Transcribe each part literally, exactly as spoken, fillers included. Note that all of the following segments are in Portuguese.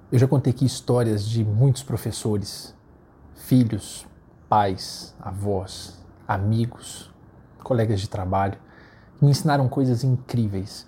Eu já contei aqui histórias de muitos professores, filhos, pais, avós, amigos, colegas de trabalho, que me ensinaram coisas incríveis.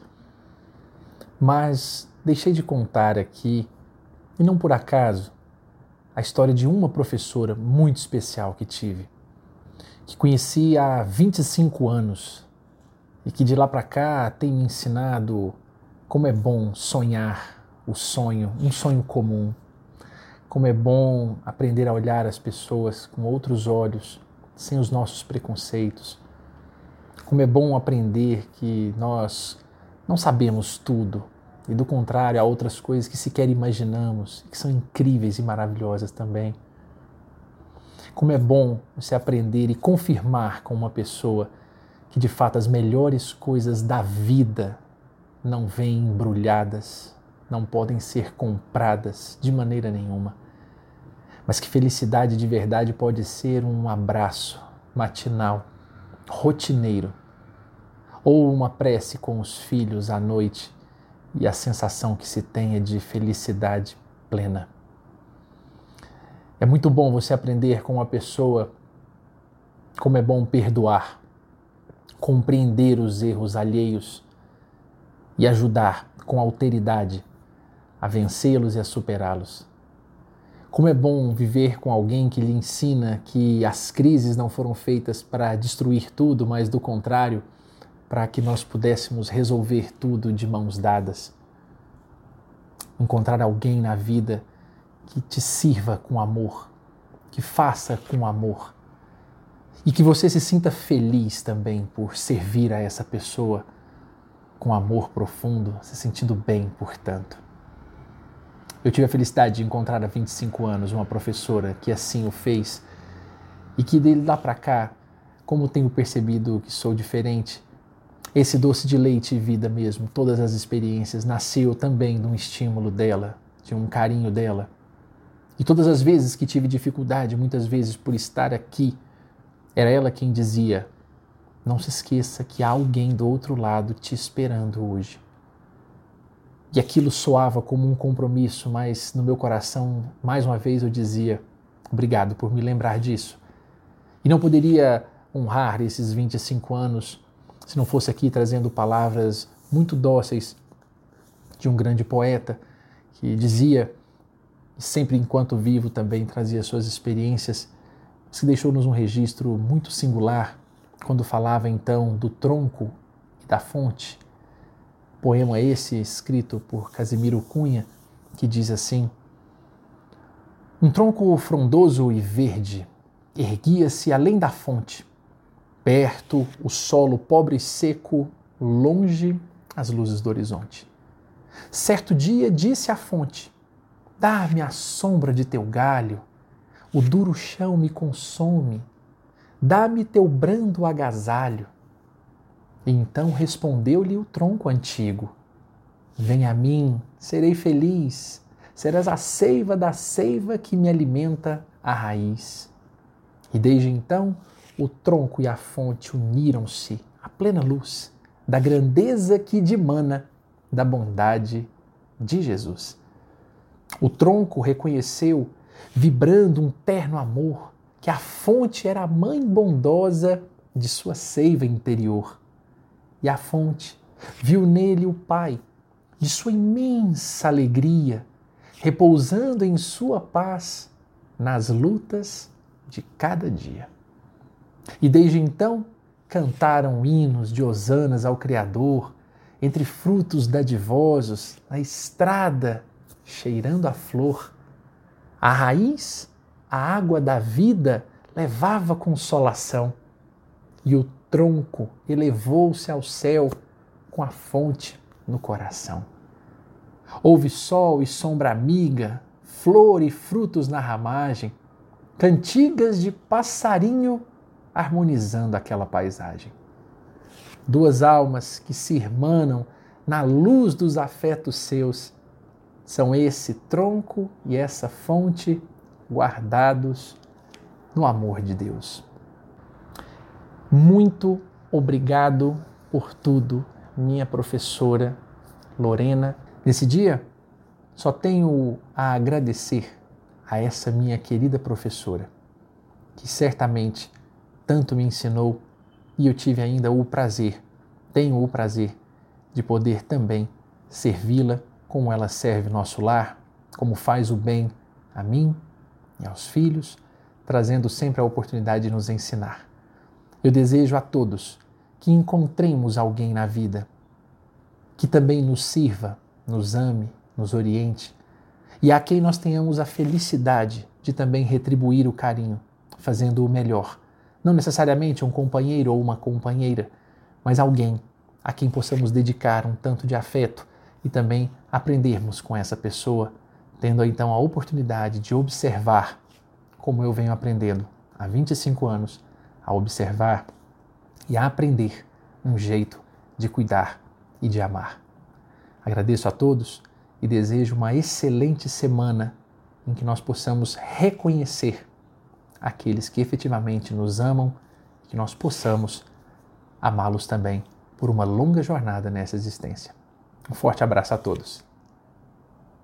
Mas deixei de contar aqui, e não por acaso, a história de uma professora muito especial que tive, que conheci há vinte e cinco anos e que de lá para cá tem me ensinado como é bom sonhar o sonho, um sonho comum, como é bom aprender a olhar as pessoas com outros olhos, sem os nossos preconceitos, como é bom aprender que nós não sabemos tudo e, do contrário, há outras coisas que sequer imaginamos e que são incríveis e maravilhosas também. Como é bom você aprender e confirmar com uma pessoa que, de fato, as melhores coisas da vida não vêm embrulhadas, não podem ser compradas de maneira nenhuma, mas que felicidade de verdade pode ser um abraço matinal, rotineiro, ou uma prece com os filhos à noite e a sensação que se tenha de felicidade plena. É muito bom você aprender com uma pessoa como é bom perdoar, compreender os erros alheios e ajudar com alteridade a vencê-los e a superá-los. Como é bom viver com alguém que lhe ensina que as crises não foram feitas para destruir tudo, mas do contrário, para que nós pudéssemos resolver tudo de mãos dadas. Encontrar alguém na vida que te sirva com amor, que faça com amor e que você se sinta feliz também por servir a essa pessoa com amor profundo, se sentindo bem, portanto. Eu tive a felicidade de encontrar há vinte e cinco anos uma professora que assim o fez e que de lá para cá, como tenho percebido que sou diferente, esse doce de leite e vida mesmo, todas as experiências, nasceu também de um estímulo dela, de um carinho dela. E todas as vezes que tive dificuldade, muitas vezes por estar aqui, era ela quem dizia: não se esqueça que há alguém do outro lado te esperando hoje. E aquilo soava como um compromisso, mas no meu coração, mais uma vez eu dizia: obrigado por me lembrar disso. E não poderia honrar esses vinte e cinco anos se não fosse aqui trazendo palavras muito dóceis de um grande poeta que dizia, e sempre enquanto vivo também trazia suas experiências, mas que deixou-nos um registro muito singular quando falava então do tronco e da fonte. Poema esse escrito por Casimiro Cunha, que diz assim: um tronco frondoso e verde erguia-se além da fonte, perto o solo pobre e seco, longe as luzes do horizonte. Certo dia disse a fonte: dá-me a sombra de teu galho, o duro chão me consome, dá-me teu brando agasalho. E então respondeu-lhe o tronco antigo: vem a mim, serei feliz, serás a seiva da seiva que me alimenta a raiz. E desde então o tronco e a fonte uniram-se à plena luz da grandeza que dimana da bondade de Jesus. O tronco reconheceu, vibrando um terno amor, que a fonte era a mãe bondosa de sua seiva interior. E a fonte viu nele o Pai de sua imensa alegria, repousando em sua paz nas lutas de cada dia. E desde então cantaram hinos de hosanas ao Criador, entre frutos dadivosos, na estrada cheirando a flor. A raiz, a água da vida, levava consolação, e o tronco elevou-se ao céu com a fonte no coração. Houve sol e sombra amiga, flor e frutos na ramagem, cantigas de passarinho harmonizando aquela paisagem. Duas almas que se irmanam na luz dos afetos seus, são esse tronco e essa fonte guardados no amor de Deus. Muito obrigado por tudo, minha professora Lorena. Nesse dia, Só tenho a agradecer a essa minha querida professora, que certamente tanto me ensinou e eu tive ainda o prazer, tenho o prazer de poder também servi-la como ela serve nosso lar, como faz o bem a mim e aos filhos, trazendo sempre a oportunidade de nos ensinar. Eu desejo a todos que encontremos alguém na vida que também nos sirva, nos ame, nos oriente, e a quem nós tenhamos a felicidade de também retribuir o carinho, fazendo o melhor. Não necessariamente um companheiro ou uma companheira, mas alguém a quem possamos dedicar um tanto de afeto e também aprendermos com essa pessoa, tendo então a oportunidade de observar, como eu venho aprendendo há vinte e cinco anos, a observar e a aprender um jeito de cuidar e de amar. Agradeço a todos e desejo uma excelente semana em que nós possamos reconhecer aqueles que efetivamente nos amam e que nós possamos amá-los também por uma longa jornada nessa existência. Um forte abraço a todos.